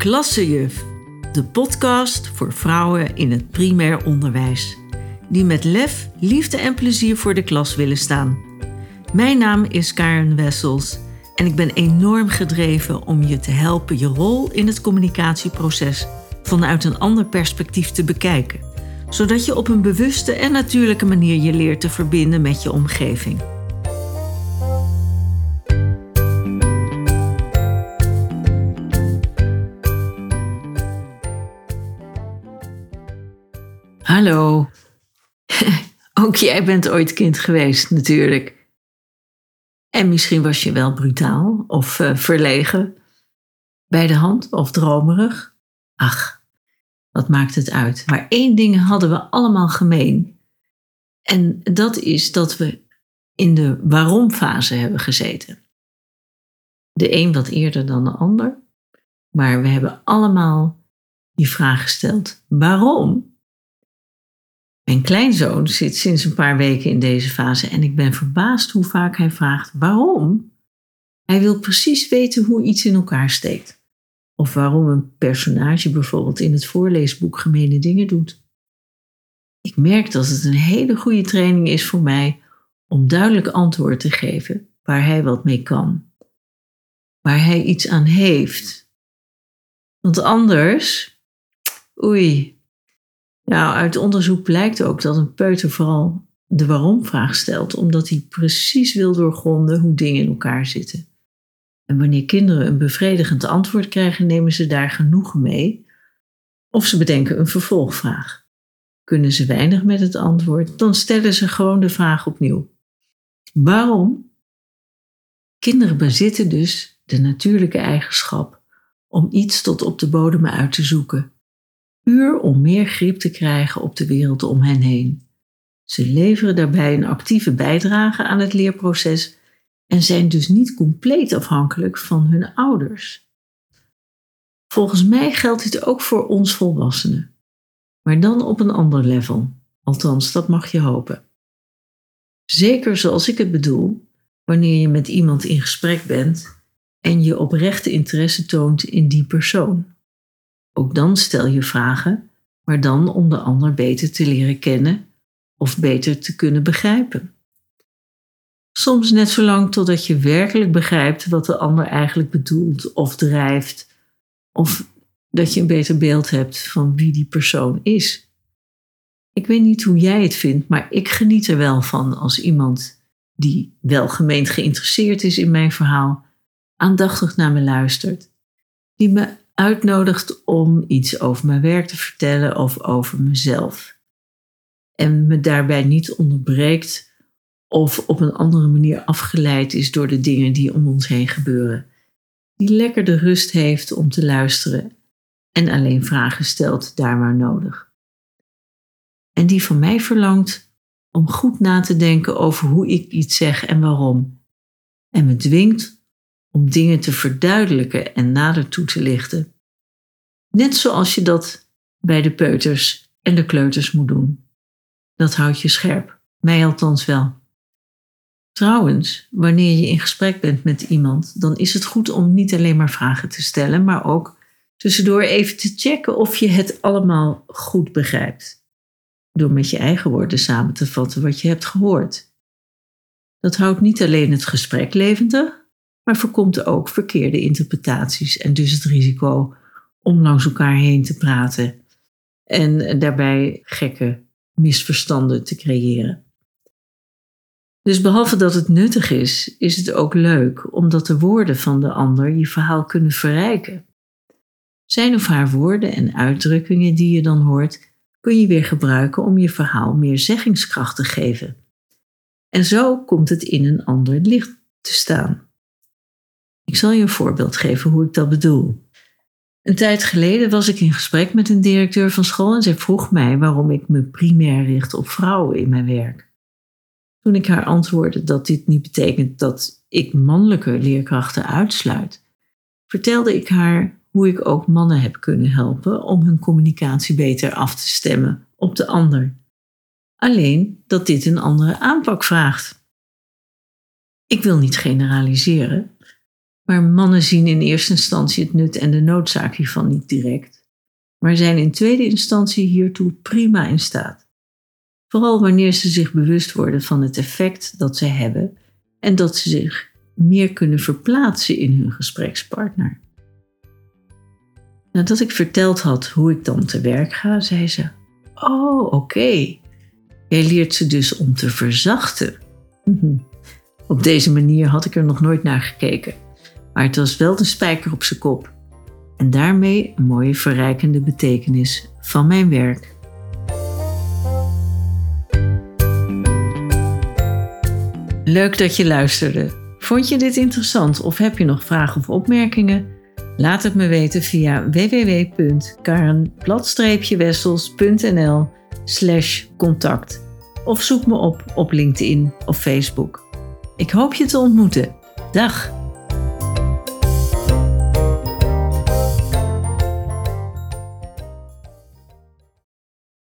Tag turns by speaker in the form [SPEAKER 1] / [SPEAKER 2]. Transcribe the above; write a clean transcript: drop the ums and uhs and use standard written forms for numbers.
[SPEAKER 1] Klassejuf, de podcast voor vrouwen in het primair onderwijs. Die met lef, liefde en plezier voor de klas willen staan. Mijn naam is Karen Wessels en ik ben enorm gedreven om je te helpen je rol in het communicatieproces vanuit een ander perspectief te bekijken. Zodat je op een bewuste en natuurlijke manier je leert te verbinden met je omgeving. Hallo. Ook jij bent ooit kind geweest, natuurlijk. En misschien was je wel brutaal of verlegen, bij de hand of dromerig. Ach, wat maakt het uit? Maar één ding hadden we allemaal gemeen. En dat is dat we in de waarom-fase hebben gezeten. De een wat eerder dan de ander. Maar we hebben allemaal die vraag gesteld. Waarom? Mijn kleinzoon zit sinds een paar weken in deze fase en ik ben verbaasd hoe vaak hij vraagt waarom. Hij wil precies weten hoe iets in elkaar steekt. Of waarom een personage bijvoorbeeld in het voorleesboek gemene dingen doet. Ik merk dat het een hele goede training is voor mij om duidelijk antwoord te geven waar hij wat mee kan. Waar hij iets aan heeft. Want anders, oei. Nou, uit onderzoek blijkt ook dat een peuter vooral de waarom-vraag stelt, omdat hij precies wil doorgronden hoe dingen in elkaar zitten. En wanneer kinderen een bevredigend antwoord krijgen, nemen ze daar genoegen mee. Of ze bedenken een vervolgvraag. Kunnen ze weinig met het antwoord, dan stellen ze gewoon de vraag opnieuw. Waarom? Kinderen bezitten dus de natuurlijke eigenschap om iets tot op de bodem uit te zoeken. Puur om meer grip te krijgen op de wereld om hen heen. Ze leveren daarbij een actieve bijdrage aan het leerproces en zijn dus niet compleet afhankelijk van hun ouders. Volgens mij geldt dit ook voor ons volwassenen, maar dan op een ander level. Althans, dat mag je hopen. Zeker zoals ik het bedoel, wanneer je met iemand in gesprek bent en je oprechte interesse toont in die persoon. Ook dan stel je vragen, maar dan om de ander beter te leren kennen of beter te kunnen begrijpen. Soms net zo lang totdat je werkelijk begrijpt wat de ander eigenlijk bedoelt of drijft, of dat je een beter beeld hebt van wie die persoon is. Ik weet niet hoe jij het vindt, maar ik geniet er wel van als iemand die welgemeend geïnteresseerd is in mijn verhaal, aandachtig naar me luistert, die me uitnodigt om iets over mijn werk te vertellen of over mezelf. En me daarbij niet onderbreekt of op een andere manier afgeleid is door de dingen die om ons heen gebeuren. Die lekker de rust heeft om te luisteren en alleen vragen stelt daar waar nodig. En die van mij verlangt om goed na te denken over hoe ik iets zeg en waarom. En me dwingt om dingen te verduidelijken en nader toe te lichten. Net zoals je dat bij de peuters en de kleuters moet doen. Dat houdt je scherp, mij althans wel. Trouwens, wanneer je in gesprek bent met iemand, dan is het goed om niet alleen maar vragen te stellen, maar ook tussendoor even te checken of je het allemaal goed begrijpt. Door met je eigen woorden samen te vatten wat je hebt gehoord. Dat houdt niet alleen het gesprek levendig, maar voorkomt ook verkeerde interpretaties en dus het risico om langs elkaar heen te praten en daarbij gekke misverstanden te creëren. Dus behalve dat het nuttig is het ook leuk omdat de woorden van de ander je verhaal kunnen verrijken. Zijn of haar woorden en uitdrukkingen die je dan hoort, kun je weer gebruiken om je verhaal meer zeggingskracht te geven. En zo komt het in een ander licht te staan. Ik zal je een voorbeeld geven hoe ik dat bedoel. Een tijd geleden was ik in gesprek met een directeur van school en zij vroeg mij waarom ik me primair richt op vrouwen in mijn werk. Toen ik haar antwoordde dat dit niet betekent dat ik mannelijke leerkrachten uitsluit, vertelde ik haar hoe ik ook mannen heb kunnen helpen om hun communicatie beter af te stemmen op de ander. Alleen dat dit een andere aanpak vraagt. Ik wil niet generaliseren, Maar mannen zien in eerste instantie het nut en de noodzaak hiervan niet direct, maar zijn in tweede instantie hiertoe prima in staat. Vooral wanneer ze zich bewust worden van het effect dat ze hebben en dat ze zich meer kunnen verplaatsen in hun gesprekspartner. Nadat ik verteld had hoe ik dan te werk ga, zei ze: "Oh, oké. Jij leert ze dus om te verzachten." Op deze manier had ik er nog nooit naar gekeken, maar het was wel de spijker op zijn kop. En daarmee een mooie verrijkende betekenis van mijn werk. Leuk dat je luisterde. Vond je dit interessant of heb je nog vragen of opmerkingen? Laat het me weten via www.karenplatstreepjewessels.nl/contact of zoek me op LinkedIn of Facebook. Ik hoop je te ontmoeten. Dag!